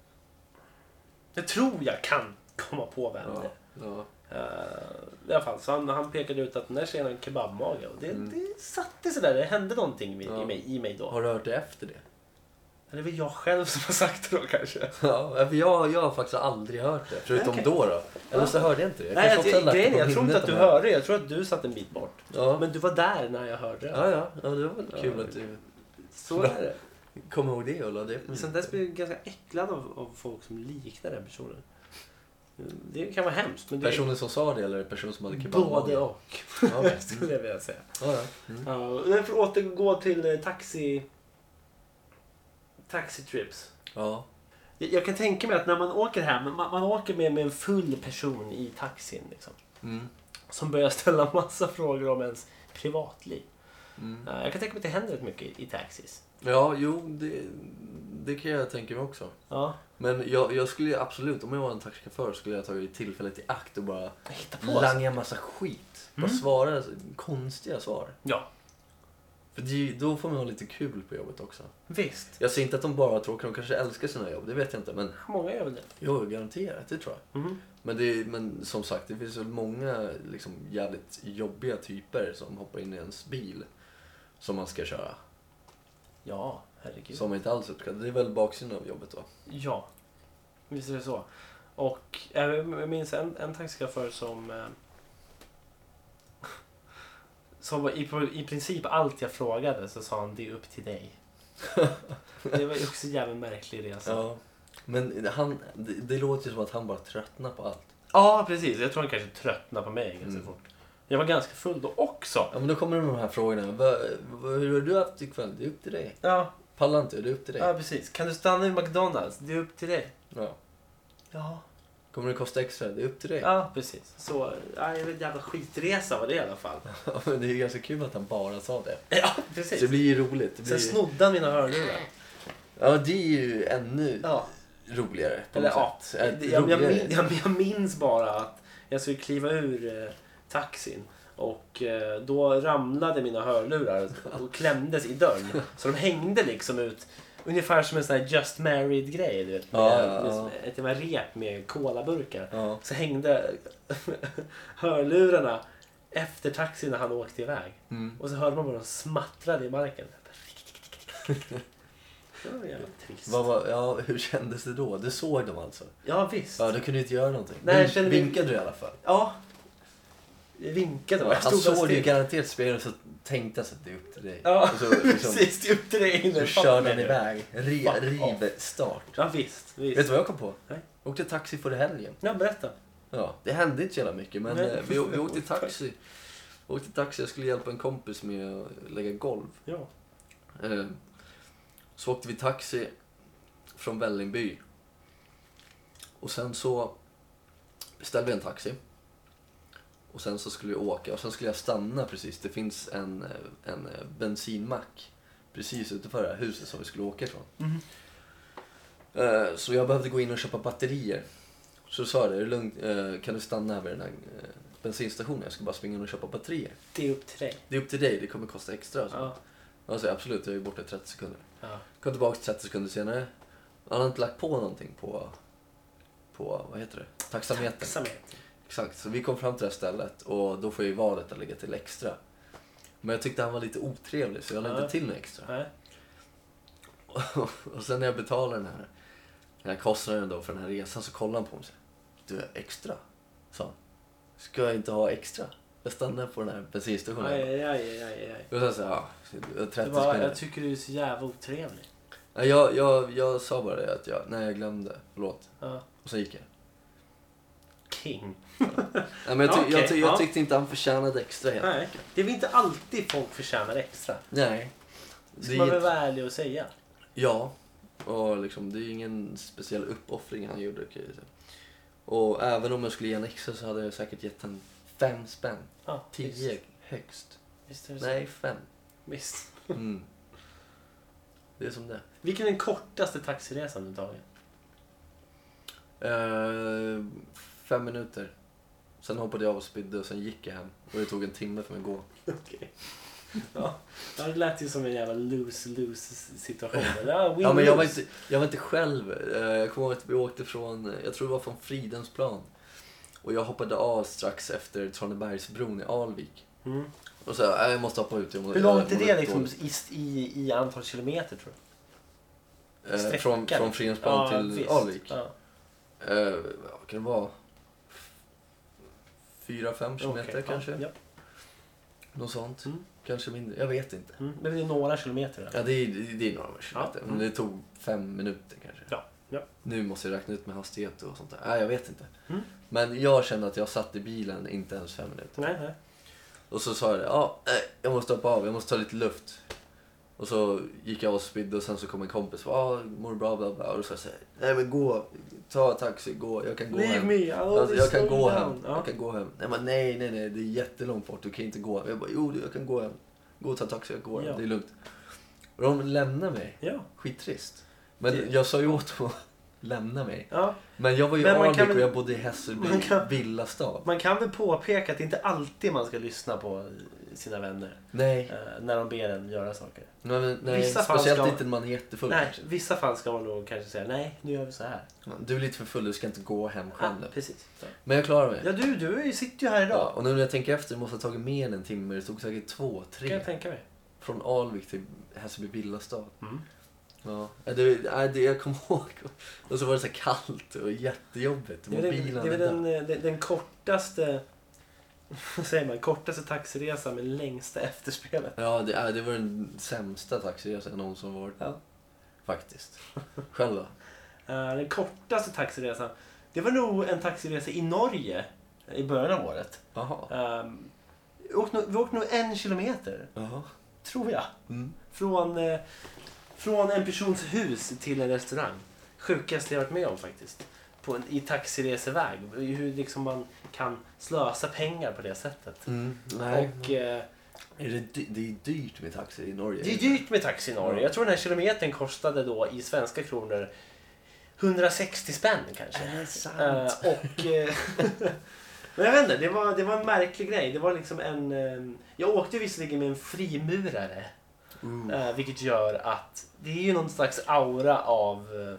Jag tror jag kan komma på vem Ja. det Ja. Uh, I alla fall, så han, han pekade ut att den där tjejen har en kebabmage. Och det, Mm. det satte sig där, det hände någonting i, Ja. i, mig, i mig då. Har du hört det efter det? Eller är det jag själv som har sagt det då kanske? Ja, jag, jag har faktiskt aldrig hört det. Förutom okay. då då. Eller så hörde jag inte det. Jag, Nej, jag, jag, jag, jag tror inte att du hörde det. Jag tror att du satt en bit bort. Ja. Men du var där när jag hörde det. Ja, ja. ja det var väl kul ja, att du... Så är det. Kom ihåg det och la det på. Sen dess blir jag ganska äcklad av, av folk som liknar den personen. Det kan vara hemskt. Men det personen är... som sa det eller personen som hade kebab? Både och. Ja, skulle jag vilja säga. Ja, ja. Mm. Ja, för att återgå till eh, taxi... Taxitrips. Ja. Jag, jag kan tänka mig att när man åker hem, man, man åker med, med en full person i taxin liksom. Mm. Som börjar ställa massa frågor om ens privatliv. Mm. Ja, jag kan tänka mig att det händer rätt mycket i, i taxis. Ja, jo, det, det kan jag tänka mig också. Ja. Men jag, jag skulle absolut, om jag var en taxichaufför skulle jag ta tillfället i akt och bara hitta på langa en massa skit. Mm. Bara svara konstiga svar. Ja. För det, då får man ha lite kul på jobbet också. Visst. Jag ser inte att de bara har tråkigt, de kanske älskar sina jobb, det vet jag inte. Men... Många gör väl det? Jo, garanterat, det tror jag. Mm. Men, det, men som sagt, det finns väl många liksom, jävligt jobbiga typer som hoppar in i ens bil som man ska köra. Ja, herregud. Som inte alls uppskattar. Det är väl baksidan av jobbet då? Ja, visst är det så. Och jag minns en, en taxichaufför som eh, som var i, i princip allt jag frågade så sa han det är upp till dig. Det var också en jävla märklig resa. Ja, men han, det, det låter ju som att han bara tröttnar på allt. Ja, precis. Jag tror han kanske tröttnar på mig ganska Mm. fort. Jag var ganska full då också. Ja, men då kommer de här frågorna. Va, va, hur har du haft ikväll? Det är upp till dig. Ja. Pallar inte, det är upp till dig. Ja, precis. Kan du stanna i McDonalds? Det är upp till dig. Ja. Ja. Kommer det kosta extra? Det är upp till dig. Ja, precis. Så, ja, en jävla skitresa var det i alla fall. Ja, men det är ju ganska kul att han bara sa det. Ja, precis. Så det blir ju roligt. Det blir... Sen snodde han mina hörlurar. Ja, det är ju ännu ja. roligare på Eller, något ja. sätt. Jag, jag, jag, min, jag, jag minns bara att jag skulle kliva ur eh, taxin. Och eh, då ramlade mina hörlurar och klämdes i dörren. Så de hängde liksom ut. Ungefär som en sån här Just Married-grej, du vet. Med, ja, ja, ja. med ett, ett rep med kolaburkar. Ja. Så hängde hörlurarna efter taxin när han åkte iväg. Mm. Och så hörde man bara de smattrade i marken. Det var jävla trist. Vad var, ja, hur kändes det då? Du såg dem alltså? Ja, visst. Ja, du kunde inte göra någonting. Nej, jag kände Vinkade mig... du i alla fall? Ja. Jag vinkade. Ja, Jag han stod såg ju garanterat spelet så tänkte jag att det är upp till dig. Ja, och så, liksom, precis. Det är upp till dig. Så körde han iväg. Re, riv start. Ja, visst, visst. Vet du vad jag kom på? Nej. Jag åkte taxi förra helgen. Ja, berätta. Ja, det hände inte så jävla mycket. Men Nej. eh, vi, vi åkte taxi. Vi åkte taxi. Jag skulle hjälpa en kompis med att lägga golv. Ja. Eh, så åkte vi taxi från Vällingby. Och sen så beställde vi en taxi. Och sen så skulle vi åka. Och sen skulle jag stanna precis. Det finns en, en bensinmack precis utanför det här huset som vi skulle åka ifrån. Mm. Eh, så jag behövde gå in och köpa batterier. Så sa jag det, är det lugnt? Eh, kan du stanna här vid den här eh, bensinstationen? Jag ska bara springa in och köpa batterier. Det är upp till dig. Det är upp till dig, det kommer kosta extra. Så. Ja. Alltså, absolut, jag är borta i trettio sekunder. Ja. Kom tillbaka trettio sekunder senare. Han har inte lagt på någonting på, på vad heter det? Taxametern. Taxameter. Exakt, så vi kom fram till det här stället och då får jag ju valet att lägga till extra. Men jag tyckte han var lite otrevlig så jag lade Ja. inte till något extra. Nej. Och sen när jag betalade den här, den här kostnaden då för den här resan så kollade han på mig och sa, du är extra, sa han. Ska jag inte ha extra? Jag stannade på den här bensinstationen. Aj, aj, aj, aj, aj. Och så sa jag, ja, trettio Det var, sekunder. jag tycker du är så jävla otrevlig. Ja, jag, jag, jag sa bara det att jag, nej jag glömde, förlåt. Ja. Och så gick jag. King. Ja, men jag, ty, Okej, jag, ty, jag ja. tyckte inte han förtjänade extra helt. Nej, det är väl inte alltid folk förtjänar extra. Nej. Det ska Det man är väl ett- vara ärlig och säga. Ja, och liksom, det är ingen speciell uppoffring han gjorde. Kan jag säga. Och även om jag skulle ge en extra så hade jag säkert gett en fem spänn. Ja, Tio visst. högst. Visst är det så. Nej, fem. Visst. Mm. Det är som det. Vilken är den kortaste taxiresan du tagit? Uh, fem minuter. Sen hoppade jag av och spydde och sen gick jag hem. Och det tog en timme för mig att gå. Okej. Ja, det lät ju som en jävla lose-lose situation. Ja, win, Ja, men jag var lose. inte, jag var inte själv. Eh, Jag kommer ihåg att vi åkte från, jag tror det var från Fridhemsplan. Och jag hoppade av strax efter Tranebergsbron i Alvik. Mm. Och så äh, jag måste hoppa ut. Jag måste, Hur långt är jag det måste liksom gå. i, i, i antal kilometer tror Eh, från från Fridhemsplan ja, till visst. Alvik. Ja. Eh, vad kan det vara? Fyra, fem kilometer Okay, kanske? Ja, ja. Något sånt. Mm. Kanske mindre. Jag vet inte. Mm. Men det är några kilometer. Där. Ja, det är, det är några kilometer. Ja. Men det tog fem minuter kanske. Ja. Ja. Nu måste jag räkna ut med hastighet och sånt där. Nej, jag vet inte. Mm. Men jag kände att jag satt i bilen inte ens fem minuter. Nej, nej. Och så sa jag det. Ja, nej, jag måste hoppa av. Jag måste ta lite luft. Och så gick jag och spydde och sen så kom en kompis och ja, mår du bra, bla bla. Och så sa jag, nej men gå, ta taxi, gå, jag kan gå Leave hem. me, Alltså, jag kan gå hem, ja. jag kan gå hem. Nej men nej, nej, nej, det är jättelångt bort, du kan inte gå. Jag bara, jo jag kan gå hem. Gå och ta taxi, jag går hem, Ja. det är lugnt. Och de lämnar mig, Ja. skittrist. Men Det- jag sa ju åt dem att lämna mig. Ja. Men jag var ju i Men man Alvik kan och väl- jag bodde i Hässelby, man kan- villastad. Man kan väl påpeka att det inte alltid man ska lyssna på sina vänner Nej, eh, när de ber en göra saker. nej, men- nej Vissa fall speciellt ska- inte när man är jättefull Nej, kanske. vissa fall ska man nog kanske säga nej, nu gör vi så här. Du är lite för full, du ska inte gå hem Ja, själv nu. precis. Ja, Men jag klarar mig. ja du, du sitter ju här Ja, idag. och nu när jag tänker efter, det måste ha tagit mer än en timme. Det tog säkert två, Kan tre. jag tänka mig. Från Alvik till Hässelby villastad. Mm. Ja, det, nej, det, jag kommer ihåg. Och så var det så här kallt och jättejobbigt. Det är väl den, Mobilen det är väl där. den, eh, den, den kortaste, vad säger man, kortaste taxiresan med längsta efterspelet. Ja, det, nej, det var den sämsta taxiresan jag någonsin varit på. Ja. Faktiskt. Själv då? Eh, den kortaste taxiresan, det var nog en taxiresa i Norge i början av året. Jaha. Um, vi, åkte nog, vi åkte nog en kilometer, Jaha. tror jag. Mm. Från, eh, från en persons hus till en restaurang. Sjukaste jag varit med om faktiskt. På en, I taxireseväg. Hur liksom man kan slösa pengar på det sättet. Mm. Nej. Och eh, Är det, dy- det är dyrt med taxi i Norge. det är dyrt med taxi i Norge. Ja. Jag tror den här kilometern kostade då i svenska kronor hundrasextio spänn kanske. Är det sant? Eh, och... Eh, men jag vet inte, det var, det var en märklig grej. Det var liksom en... Eh, jag åkte visserligen med en frimurare. Uh. Eh, vilket gör att det är ju någon slags aura av eh,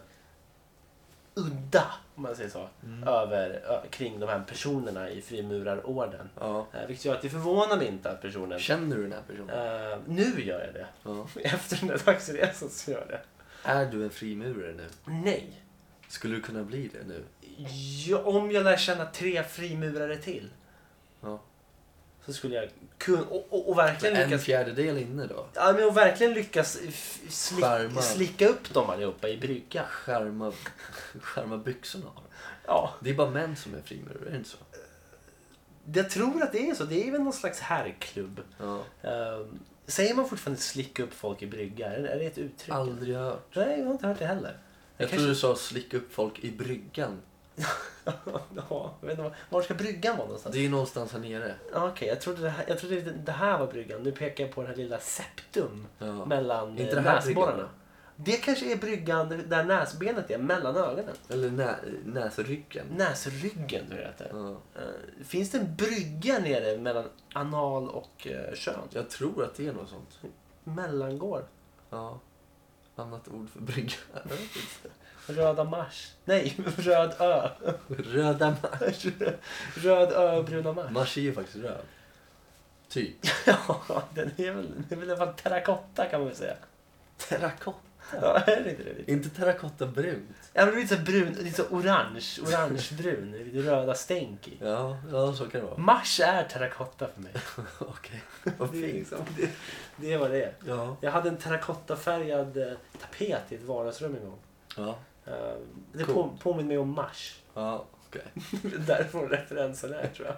udda, om man säger så, Mm. över, ö, kring de här personerna i frimurarorden. Ja. Eh, vilket gör att det förvånar mig inte att personen... Känner du den här personen? Eh, nu gör jag det. Ja. Efter den där taxiresan så gör jag det. Är du en frimurare nu? Nej. Skulle du kunna bli det nu? Ja, om jag lär känna tre frimurare till Ja. så skulle jag kunna... Och, och, och verkligen En lyckas... fjärdedel inne då? Ja, men och verkligen lyckas f- slick, Skärma. slicka upp dem allihopa i brygga. Skärma, skärma byxorna av dem. Ja. Det är bara män som är frimurare, är det inte så? Jag tror att det är så. Det är väl någon slags herrklubb. Ja. Um, säger man fortfarande slicka upp folk i brygga? Är det, är det ett uttryck? Aldrig hört. Nej, jag har inte hört det heller. Jag kanske- tror du sa slicka upp folk i bryggan. Ja, jag vet inte, var- var ska bryggan vara någonstans? Det är ju någonstans här nere. Ja, Okej, jag trodde, det här, jag trodde det här var bryggan. Nu pekar jag på den här lilla septum Ja. mellan Inte eh, det här näsborrarna. bryggan Det kanske är bryggan där näsbenet är, mellan ögonen. Eller nä, näsryggen. Näsryggen, tror jag att det är. Ja. Eh, Finns det en brygga nere mellan anal och uh, kön? Jag tror att det är något sånt. Mellangård. Ja. Annat ord för brygga. Jag vet inte. Röda mars. Nej, röd ö. Röda mars. Röd ö, bruna mars. Mars är ju faktiskt röd. Typ. Ja, den är väl, det är väl i alla fall terrakotta kan man väl säga. Terrakotta. Ja, är det inte det? Lite? Inte terrakotta brunt. Ja, men det är lite så brun, lite så orange, orangebrun, lite röda stänk i. Ja, ja så kan det vara. Mars är terrakotta för mig. Okej. Vad Det är, fint. liksom, det, det är vad det är. Ja. Jag hade en terrakottafärgad eh, tapet i ett vardagsrum en gång. Ja. Eh, Det på, Coolt. påminner mig om Mars. Ja, okej. Därifrån referensen är, tror jag.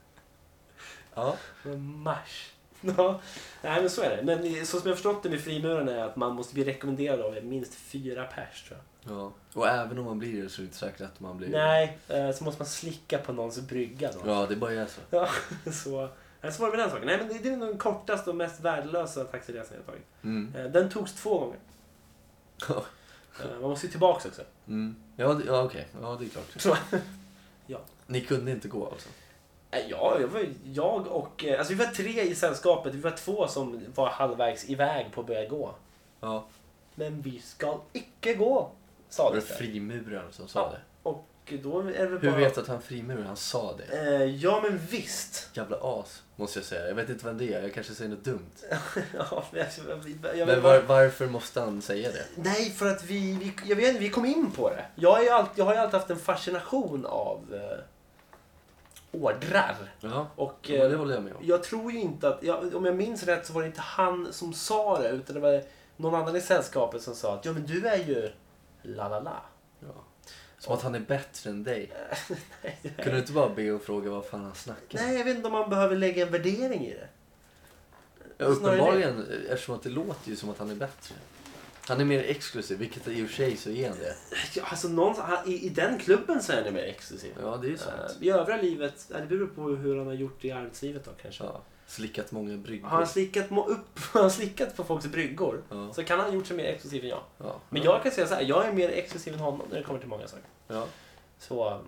Ja. Men Mars. Ja, nej men så är det. Men så som jag förstått det med frimurarna är att man måste bli rekommenderad av minst fyra pers, tror jag. Ja. Och även om man blir det så är det inte säkert att man blir... Nej, eh, så måste man slicka på någons brygga då. Ja, det bara är så. Ja, så, nej, så var det med den saken. Nej, men det, det är nog den kortaste och mest värdelösa taxiresan jag tagit. Mm. Eh, Den togs två gånger. Eh, Man måste ju tillbaka också. Mm. Ja, det- ja okej. Ja, det är klart. Så, ja. Ni kunde inte gå alltså? Eh, Ja, jag, var, jag och... eh, Alltså vi var tre i sällskapet. Vi var två som var halvvägs iväg på att börja gå. Ja. Men vi ska icke gå, sa Var det. det frimuraren som sa Ja. det? Och Och då är det väl Hur bara... vet du att han frimurar? Han sa det. Eh, ja, men visst. Jävla as, måste jag säga. Jag vet inte vem det är. Jag kanske säger något dumt. ja, men jag, jag, jag Men var, varför måste han säga det? Nej, för att vi, vi, jag vet, vi kom in på det. Jag, är ju alltid, jag har ju alltid haft en fascination av eh, ordrar. Ja, Och, ja, det håller jag med om. Jag tror ju inte att, jag, om jag minns rätt så var det inte han som sa det, utan det var någon annan i sällskapet som sa att ja, men du är ju la la la. Ja. Som att han är bättre än dig. nej, nej. Kunde du inte bara be och fråga vad fan han snackar? Nej, jag vet inte om man behöver lägga en värdering i det. Ja, uppenbarligen, eftersom att det låter ju som att han är bättre. Han är mer exklusiv, vilket i och för sig så är han det. Ja, alltså någon, han, i, i den klubben så är han mer exklusiv. Ja, det är ju sant. Uh, I övriga livet, det beror på hur han har gjort i arbetslivet då kanske. Ja, slickat många bryggor. Har han slickat, må upp, har han slickat på folks bryggor Ja. så kan han ha gjort sig mer exklusiv än jag. Ja. Men jag kan säga så här, jag är mer exklusiv än honom när det kommer till många saker. Ja. Så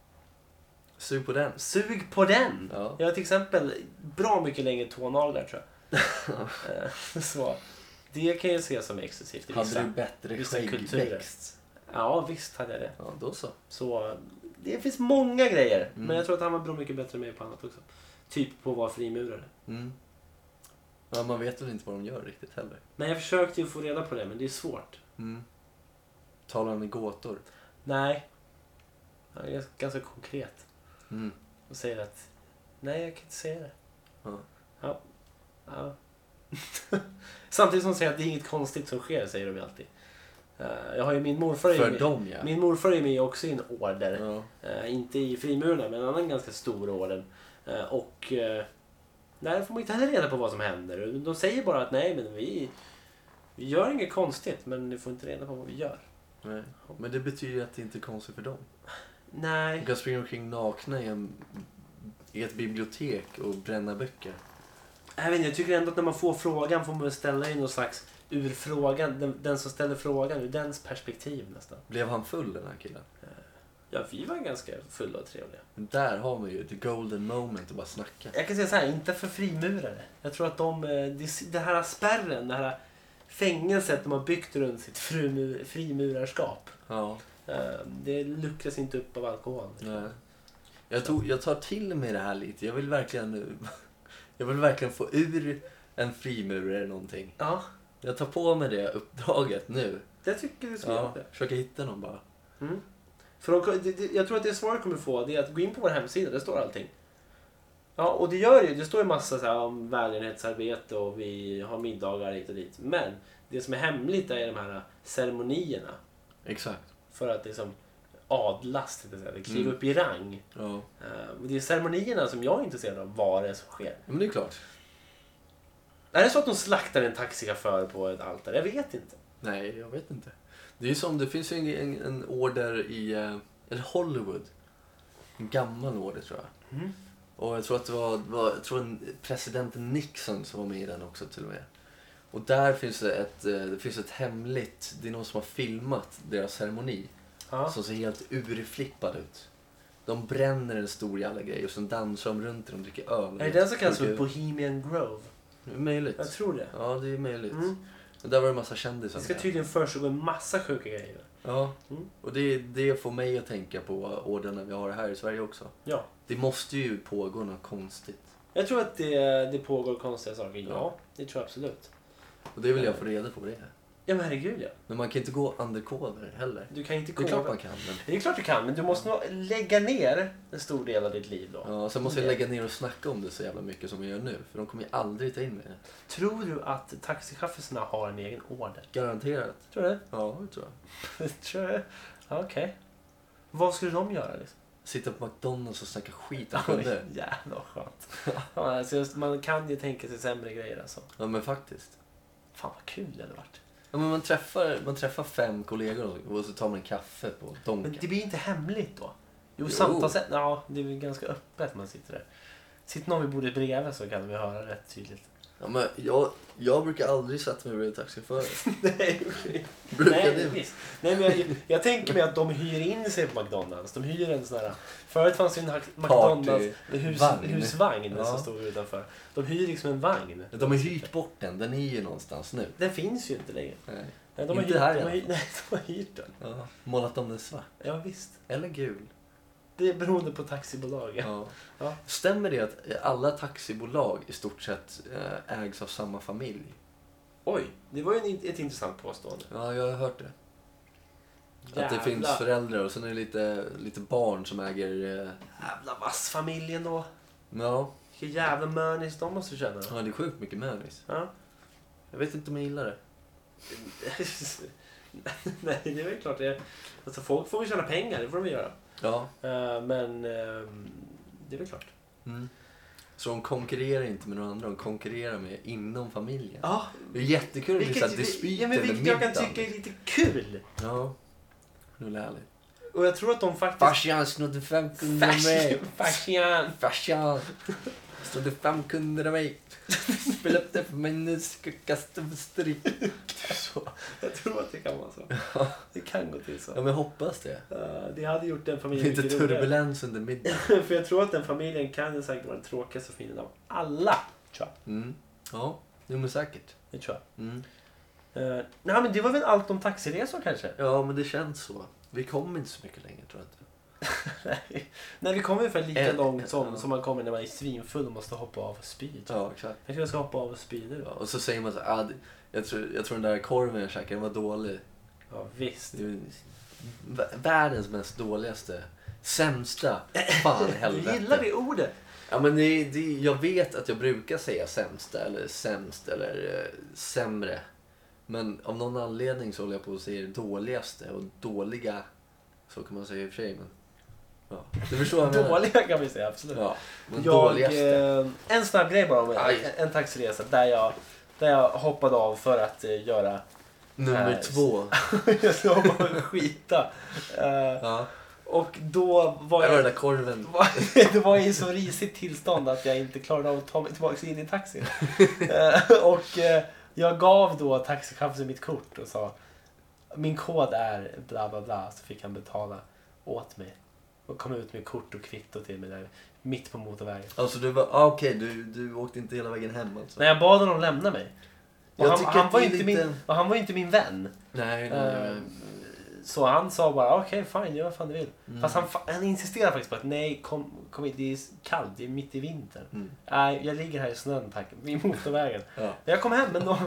Sug på den. sug på den! Ja. Jag har till exempel bra mycket längre tånaglar tror jag. Eh, så det kan jag se som exklusivt i Hade vissa, du bättre vissa kulturer. skäggväxt? Ja, visst hade jag det. Ja, då så. Så det finns många grejer. Mm. Men jag tror att han var bra mycket bättre med på annat också. Typ på att vara frimurare. Mm. Ja, man vet väl inte vad de gör riktigt heller. Men jag försökte ju få reda på det, men det är svårt. Mm. Talar han i gåtor? Nej. Han är ganska, ganska konkret. Mm. Och säger att nej, jag kan inte säga det. Ja. Ja. ja. Samtidigt som de säger att det är inget konstigt som sker, säger de ju alltid. Uh, jag har ju min morfar För med, dem, ja. Min morfar är med också i en order. Ja. Uh, inte i frimurarna, men en annan ganska stor orden. Uh, och uh, där får man inte heller reda på vad som händer. De säger bara att nej, men vi, vi gör inget konstigt, men ni får inte reda på vad vi gör. Nej. Men det betyder ju att det inte är konstigt för dem. Nej. De kan springa omkring nakna i, en, i ett bibliotek och bränna böcker. Jag vet inte, jag tycker ändå att när man får frågan får man ställa in någon slags ur frågan, den, den som ställer frågan ur dens perspektiv nästan. Blev han full, den här killen? Ja, vi var ganska fulla och trevliga. Där har man ju the golden moment att bara snacka. Jag kan säga så här, inte för frimurare. Jag tror att de, det, det här spärren, det här fängelset de har byggt runt sitt frimur, frimurarskap. Ja. Det luckras inte upp av alkohol. Nej. Jag, tog, jag tar till mig det här lite. Jag vill verkligen, jag vill verkligen få ur en frimurare någonting. Ja. Jag tar på mig det uppdraget nu. Det tycker du ska ja, göra det. Försöka hitta någon bara. Mm. För de, det, det, jag tror att det svaret kommer få det är att gå in på vår hemsida, det står allting. Ja, och det gör ju, det står ju massa så här om välgörenhetsarbete och vi har middagar hit och dit. Men det som är hemligt är de här ceremonierna. Exakt. För att liksom adlas, kliva Mm. upp i rang. Ja. Uh, det är ceremonierna som jag är intresserad av, vad det är som sker. Ja, men det är klart. Är det så att de slaktar en taxichaufför på ett altare? Jag vet inte. Nej, jag vet inte. Det är ju som, det finns ju en, en, en order i eh, eller Hollywood. En gammal order tror jag. Mm. Och jag tror att det var, var jag tror en, presidenten Nixon som var med i den också till och med. Och där finns det ett, eh, det finns ett hemligt, det är någon som har filmat deras ceremoni. Ja. Som ser helt urflippad ut. De bränner en stor jävla grej och sen dansar de runt och de dricker öl. Är det den som kallas för Bohemian Grove? Det är möjligt. Jag tror det. Ja, det är möjligt. Mm. Och där var det en massa kändisar. Det ska med. tydligen försiggå en massa sjuka grejer. Ja, Mm. och det, det får mig att tänka på orderna vi har här i Sverige också. Ja. Det måste ju pågå något konstigt. Jag tror att det, det pågår konstiga saker. Ja, Ja. det tror jag absolut. Och det vill jag få reda på vad det är. Ja, men herregud ja. Men man kan inte gå undercover heller. Du kan inte Det är klart koda. man kan. Men... Det är klart du kan, men du måste nog lägga ner en stor del av ditt liv då. Ja, sen måste jag lägga ner och snacka om det så jävla mycket som jag gör nu. För de kommer ju aldrig ta in mig. Tror du att taxichaffisarna har en egen order? Garanterat. Tror du det? Ja, det tror jag. Tror du? Ja, okej. Okay. Vad skulle de göra liksom? Sitta på McDonalds och snacka skit om kunder. Jävlar vad skönt. Ja, alltså, man kan ju tänka sig sämre grejer alltså. Ja, men faktiskt. Fan vad kul det hade varit. Ja, men man träffar, man träffar fem kollegor och så tar man en kaffe på Donken. Men det blir inte hemligt då? Jo, Jo. samtalsätt. Ja, det är väl ganska öppet man sitter där. Sitter någon vid bordet bredvid så kan vi höra rätt tydligt. Ja, men jag, jag brukar aldrig sätta mig bredvid taxichaufförer. Nej, Brukar Nej, det? visst. Nej, men jag, jag tänker mig att de hyr in sig på McDonalds. De hyr en sån här... Förut fanns ju en McDonalds hus, Vagn. husvagn Ja. som stod utanför. De hyr liksom en vagn. De har hyrt bort den, den är ju någonstans nu. Den finns ju inte längre. Nej. Nej, de har Inte hyrt, här i de alla har hyrt, fall. nej, de har hyrt den. Ja. Målat om den svart. Ja, visst. Eller gul. Det är beroende på taxibolag. Ja. Ja. Stämmer det att alla taxibolag i stort sett eh, ägs av samma familj? Oj, det var ju en, ett intressant påstående. Ja, jag har hört det. Jävla. Att det finns föräldrar och sen är det lite, lite barn som äger... Eh... Jävla vass-familjen då. Ja. Vilka jävla mörnis de måste känna. Ja, det är sjukt mycket mönis. Ja. Jag vet inte om jag gillar det. Nej, det är väl klart det är. Alltså, folk får väl tjäna pengar, det får de göra. Ja. Uh, men uh, det är väl klart. Mm. Så de konkurrerar inte med några andra, de konkurrerar med inom familjen. Ja. Det är jättekul att visa dispyter ja, men eller vilket jag kan middagen. tycka är lite kul. Ja, det är härligt. Och jag tror att de faktiskt... Farsan snodde fem kunder av mig. Farsan. Farsan snodde fem kunder av mig. Spela upp det för mig nu, ska kasta på stryk. Så. Jag tror att det kan vara så. Ja. Det kan gå till så. Ja, men jag hoppas det. Uh, det hade gjort den Det är familjen inte mycket turbulens under middagen. roligare. För jag tror att den familjen kan ju säkert vara den tråkigaste familjen av alla. Tror jag. Mm. Ja, jo men säkert. Det tror jag. Mm. Uh, nej, men det var väl allt om taxiresor kanske? Ja, men det känns så. Vi kommer inte så mycket längre, tror jag inte. Nej. Nej, vi kommer ungefär lika En- långt som, ja. som man kommer när man är svinfull och måste hoppa av och spy. Ja, exakt. Jag tror jag ska hoppa av och spy nu. Ja, och så säger man så här, ah, det- jag, tror, jag tror den där korven jag käkade, den var dålig. Ja, visst. Det är ju vä- världens mest dåligaste, sämsta, fan i Du helvete. gillar det ordet. Ja, men det, det, jag vet att jag brukar säga sämsta eller sämst eller eh, sämre. Men av någon anledning så håller jag på att säga det dåligaste och dåliga, så kan man säga i och för sig. Men, ja. Du förstår vad jag menar? Dåliga kan vi säga, absolut. Ja, men Jag, dåligaste. eh, en snabb grej bara om en, Aj. en taxiresa där jag, där jag hoppade av för att eh, göra Nummer eh, två. jag ska hoppa och skita. Eh, Ja. och då var Det var jag, den där korven. det var i så risigt tillstånd att jag inte klarade av att ta mig tillbaka in i taxin. Eh, och eh, jag gav då taxichauffören mitt kort och sa min kod är bla bla bla, så fick han betala åt mig och kom ut med kort och kvitto till mig där mitt på motorvägen. Alltså du var, ah, okej, du, du åkte inte hela vägen hem alltså. När jag bad honom lämna mig. Och Jag han, tycker han, att var det är inte lite- min, och han var ju inte min vän. Nej, nej, Eh, nej. Så han sa bara okej, okay, fine, gör vad fan du vill. Mm. Fast han, fa- han insisterade faktiskt på att nej, kom, kom hit, det är kallt, det är mitt i vintern. Mm. Nej, jag ligger här i snön tack, vid motorvägen. Ja. Men jag kom hem ändå.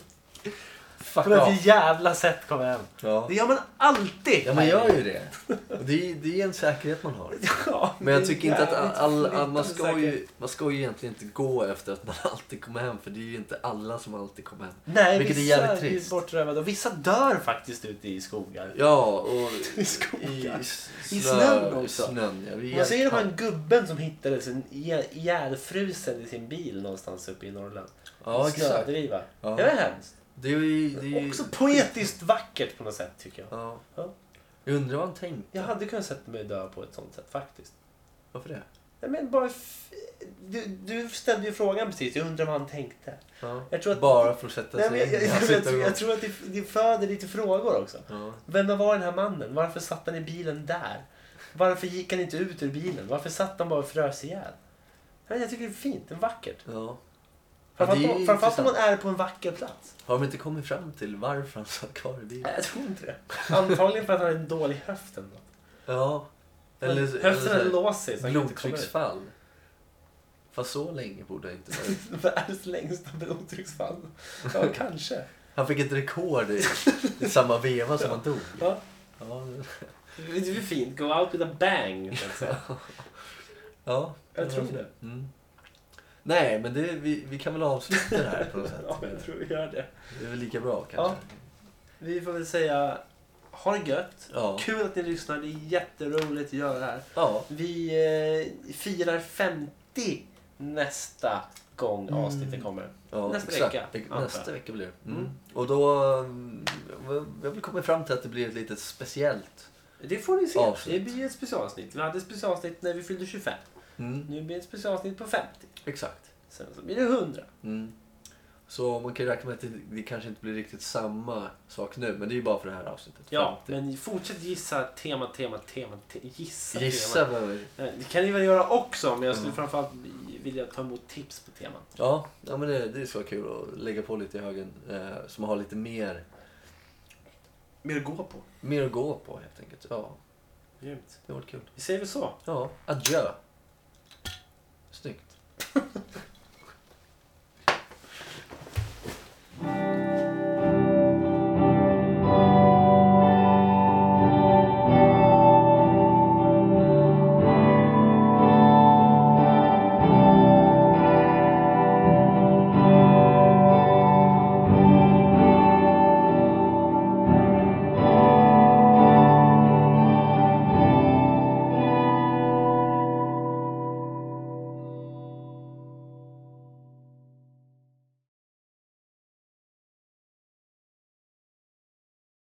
Fuck På ett off. jävla sätt kom jag hem. Ja. Det gör man alltid. Ja, man gör ju det. Och det, är, det är en säkerhet man har. Ja, Men jag det är tycker inte att all, all, jävligt all, man, flytande ska ju, säkerhet. man ska ju egentligen inte gå efter att man alltid kommer hem. För det är ju inte alla som alltid kommer hem. Nej, Vilket är vissa jävligt trist. bortrövade och vissa dör faktiskt ute i skogar. Ja, och I skogar. s- I snö- snön också. Snön, ja. Det är Man ser helt de här kallt. gubben som hittades en ihjäl- ihjälfrusen i sin bil någonstans uppe i Norrland. Ja, exakt. Snödriva. Ja. Det var hemskt. Det är ju... Det är ju Också poetiskt vackert på något sätt tycker jag. Ja. Ja. Jag undrar vad han tänkte. Jag hade kunnat sätta mig dö på ett sånt sätt faktiskt. Varför det? Nej, men bara f- du, du ställde ju frågan precis, jag undrar vad han tänkte. Ja. Jag tror att- Bara för att sätta Nej, sig men jag, jag, in. jag, Sitta jag, tror- och- jag tror att det, det föder lite frågor också. Ja. Vem var den här mannen? Varför satt han i bilen där? Varför gick han inte ut ur bilen? Varför satt han bara och frös ihjäl? Nej, jag tycker det är fint, det är vackert. Ja. Ja, det är Framförallt om- framförallt om man intressant. är på en vacker plats. Har de inte kommit fram till varför han satt kvar i bilen? Nej, jag tror inte det. Antagligen för att han har en dålig höft ändå. Ja. Eller, eller Höften så har här, låst sig så han kan inte komma ut. blodtrycksfall. Fast så länge borde jag inte varit. Världens längsta blodtrycksfall. Ja, kanske. Han fick ett rekord i, i samma veva som han dog. Ja. Ja, Det är fint. Go out with a bang. så att säga. ja. Jag tror det. Mm. Nej, men det, vi, vi kan väl avsluta det här på något sätt. Ja, jag tror vi gör det. Det är väl lika bra kanske. Ja. Vi får väl säga ha det gött. Ja. Kul att ni lyssnar. Det är jätteroligt att göra det här. Ja. Vi eh, firar femtio nästa gång Mm. avsnittet kommer. Ja, Nästa exakt. vecka, Ve- antar Nästa jag. vecka blir det. Mm. Mm. Och då mm, vi har vi kommit fram till att det blir ett litet speciellt. Det får ni se. Avsnitt. Det blir ett specialavsnitt. Vi hade ett specialavsnitt när vi fyllde tjugofem. Mm. Nu blir det ett specialavsnitt på femtio. Exakt. Sen så blir det hundra. Mm. Så man kan räkna med att det, det kanske inte blir riktigt samma sak nu, men det är ju bara för det här avsnittet. Ja, femtio. men fortsätt gissa tema, tema, tema. Te gissa, Gissa tema. vad vi... Eh, Det kan ni väl göra också, men jag skulle Mm. framförallt vilja ta emot tips på teman. Ja, ja men det, det är så kul att lägga på lite i högen eh, som har lite mer, Mer att gå på. mer att gå på helt enkelt. Ja. Grymt. Det var kul. Vi säger väl så. Ja, adjö. Snyggt.